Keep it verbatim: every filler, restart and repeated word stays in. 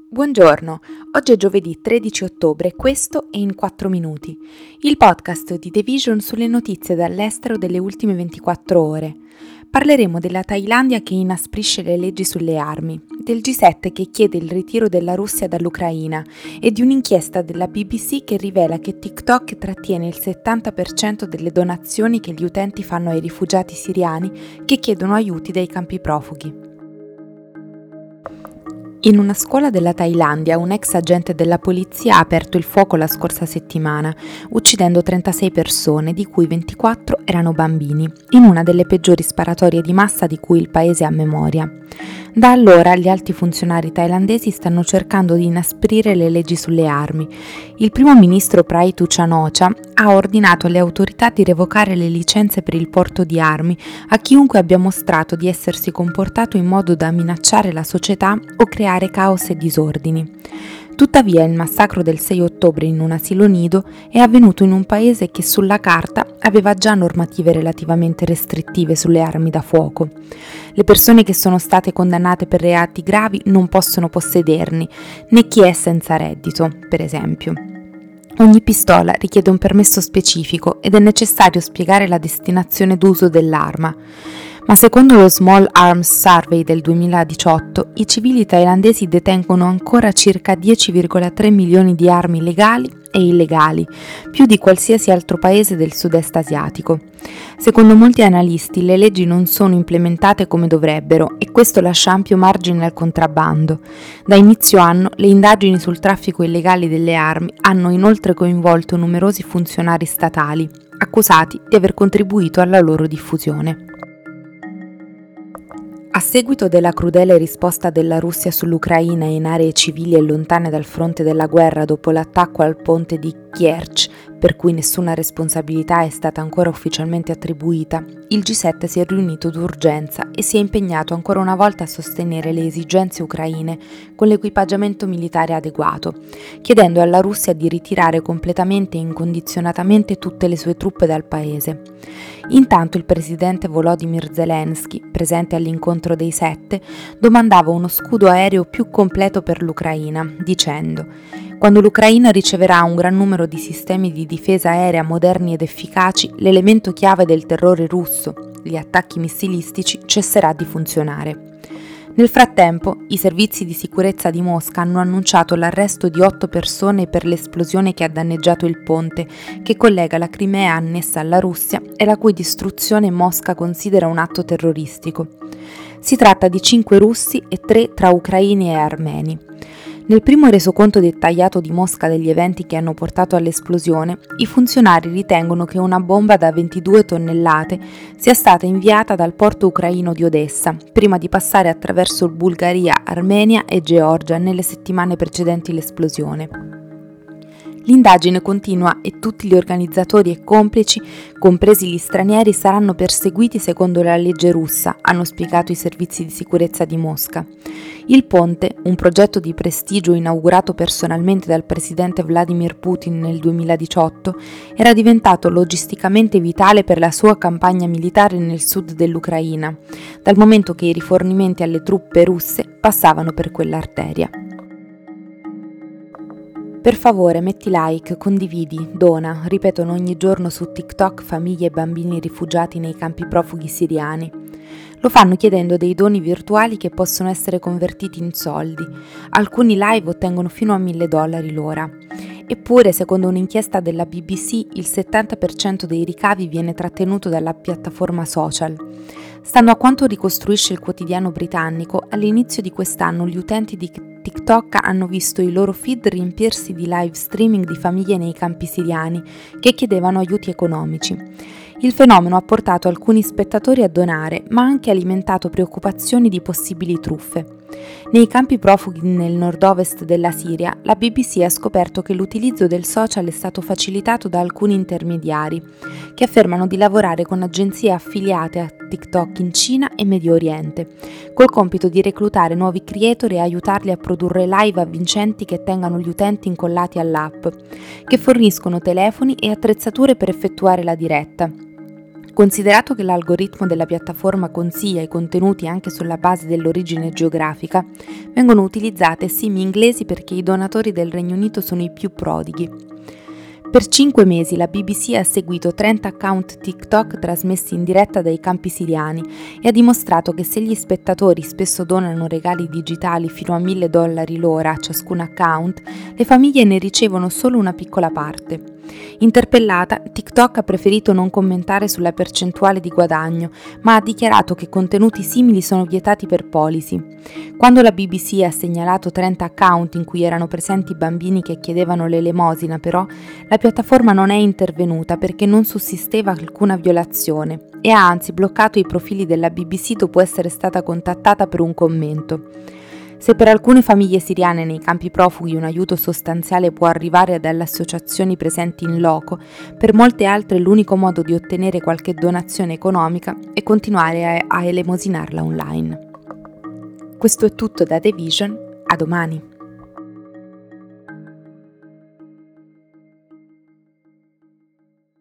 Buongiorno, oggi è giovedì tredici ottobre e questo è In quattro minuti, il podcast di The Vision sulle notizie dall'estero delle ultime ventiquattro ore. Parleremo della Thailandia che inasprisce le leggi sulle armi, del G sette che chiede il ritiro della Russia dall'Ucraina e di un'inchiesta della B B C che rivela che TikTok trattiene il settanta per cento delle donazioni che gli utenti fanno ai rifugiati siriani che chiedono aiuti dai campi profughi. In una scuola della Thailandia un ex agente della polizia ha aperto il fuoco la scorsa settimana, uccidendo trentasei persone, di cui ventiquattro erano bambini, in una delle peggiori sparatorie di massa di cui il paese ha memoria. Da allora gli alti funzionari thailandesi stanno cercando di inasprire le leggi sulle armi. Il primo ministro Prayut Chan-o-cha ha ordinato alle autorità di revocare le licenze per il porto di armi a chiunque abbia mostrato di essersi comportato in modo da minacciare la società o creare caos e disordini. Tuttavia il massacro del sei ottobre in un asilo nido è avvenuto in un paese che sulla carta aveva già normative relativamente restrittive sulle armi da fuoco. Le persone che sono state condannate per reati gravi non possono possederni, né chi è senza reddito, per esempio. Ogni pistola richiede un permesso specifico ed è necessario spiegare la destinazione d'uso dell'arma. Ma secondo lo Small Arms Survey del duemiladiciotto, i civili thailandesi detengono ancora circa dieci virgola tre milioni di armi legali e illegali, più di qualsiasi altro paese del sud-est asiatico. Secondo molti analisti, le leggi non sono implementate come dovrebbero e questo lascia ampio margine al contrabbando. Da inizio anno, le indagini sul traffico illegale delle armi hanno inoltre coinvolto numerosi funzionari statali, accusati di aver contribuito alla loro diffusione. A seguito della crudele risposta della Russia sull'Ucraina in aree civili e lontane dal fronte della guerra dopo l'attacco al ponte di Kerch, per cui nessuna responsabilità è stata ancora ufficialmente attribuita, il G sette si è riunito d'urgenza e si è impegnato ancora una volta a sostenere le esigenze ucraine con l'equipaggiamento militare adeguato, chiedendo alla Russia di ritirare completamente e incondizionatamente tutte le sue truppe dal paese. Intanto il presidente Volodymyr Zelensky, presente all'incontro dei sette, domandava uno scudo aereo più completo per l'Ucraina, dicendo: «Quando l'Ucraina riceverà un gran numero di sistemi di difesa aerea moderni ed efficaci, l'elemento chiave del terrore russo, gli attacchi missilistici, cesserà di funzionare». Nel frattempo, i servizi di sicurezza di Mosca hanno annunciato l'arresto di otto persone per l'esplosione che ha danneggiato il ponte che collega la Crimea annessa alla Russia e la cui distruzione Mosca considera un atto terroristico. Si tratta di cinque russi e tre tra ucraini e armeni. Nel primo resoconto dettagliato di Mosca degli eventi che hanno portato all'esplosione, i funzionari ritengono che una bomba da ventidue tonnellate sia stata inviata dal porto ucraino di Odessa, prima di passare attraverso Bulgaria, Armenia e Georgia nelle settimane precedenti l'esplosione. L'indagine continua e tutti gli organizzatori e complici, compresi gli stranieri, saranno perseguiti secondo la legge russa, hanno spiegato i servizi di sicurezza di Mosca. Il ponte, un progetto di prestigio inaugurato personalmente dal presidente Vladimir Putin nel duemiladiciotto, era diventato logisticamente vitale per la sua campagna militare nel sud dell'Ucraina, dal momento che i rifornimenti alle truppe russe passavano per quell'arteria. Per favore metti like, condividi, dona, ripetono ogni giorno su TikTok famiglie e bambini rifugiati nei campi profughi siriani. Lo fanno chiedendo dei doni virtuali che possono essere convertiti in soldi. Alcuni live ottengono fino a mille dollari l'ora. Eppure, secondo un'inchiesta della B B C, il settanta per cento dei ricavi viene trattenuto dalla piattaforma social. Stando a quanto ricostruisce il quotidiano britannico, all'inizio di quest'anno gli utenti di TikTok hanno visto i loro feed riempirsi di live streaming di famiglie nei campi siriani che chiedevano aiuti economici. Il fenomeno ha portato alcuni spettatori a donare, ma ha anche alimentato preoccupazioni di possibili truffe. Nei campi profughi nel nord-ovest della Siria, la B B C ha scoperto che l'utilizzo del social è stato facilitato da alcuni intermediari, che affermano di lavorare con agenzie affiliate a TikTok in Cina e Medio Oriente, col compito di reclutare nuovi creator e aiutarli a produrre live avvincenti che tengano gli utenti incollati all'app, che forniscono telefoni e attrezzature per effettuare la diretta. Considerato che l'algoritmo della piattaforma consiglia i contenuti anche sulla base dell'origine geografica, vengono utilizzate sim inglesi perché i donatori del Regno Unito sono i più prodighi. Per cinque mesi la B B C ha seguito trenta account TikTok trasmessi in diretta dai campi siriani e ha dimostrato che se gli spettatori spesso donano regali digitali fino a mille dollari l'ora a ciascun account, le famiglie ne ricevono solo una piccola parte. Interpellata, TikTok ha preferito non commentare sulla percentuale di guadagno, ma ha dichiarato che contenuti simili sono vietati per policy. Quando la B B C ha segnalato trenta account in cui erano presenti bambini che chiedevano l'elemosina, però, la piattaforma non è intervenuta perché non sussisteva alcuna violazione e ha anzi bloccato i profili della B B C dopo essere stata contattata per un commento. Se per alcune famiglie siriane nei campi profughi un aiuto sostanziale può arrivare dalle associazioni presenti in loco, per molte altre l'unico modo di ottenere qualche donazione economica è continuare a, a elemosinarla online. Questo è tutto da The Vision, a domani!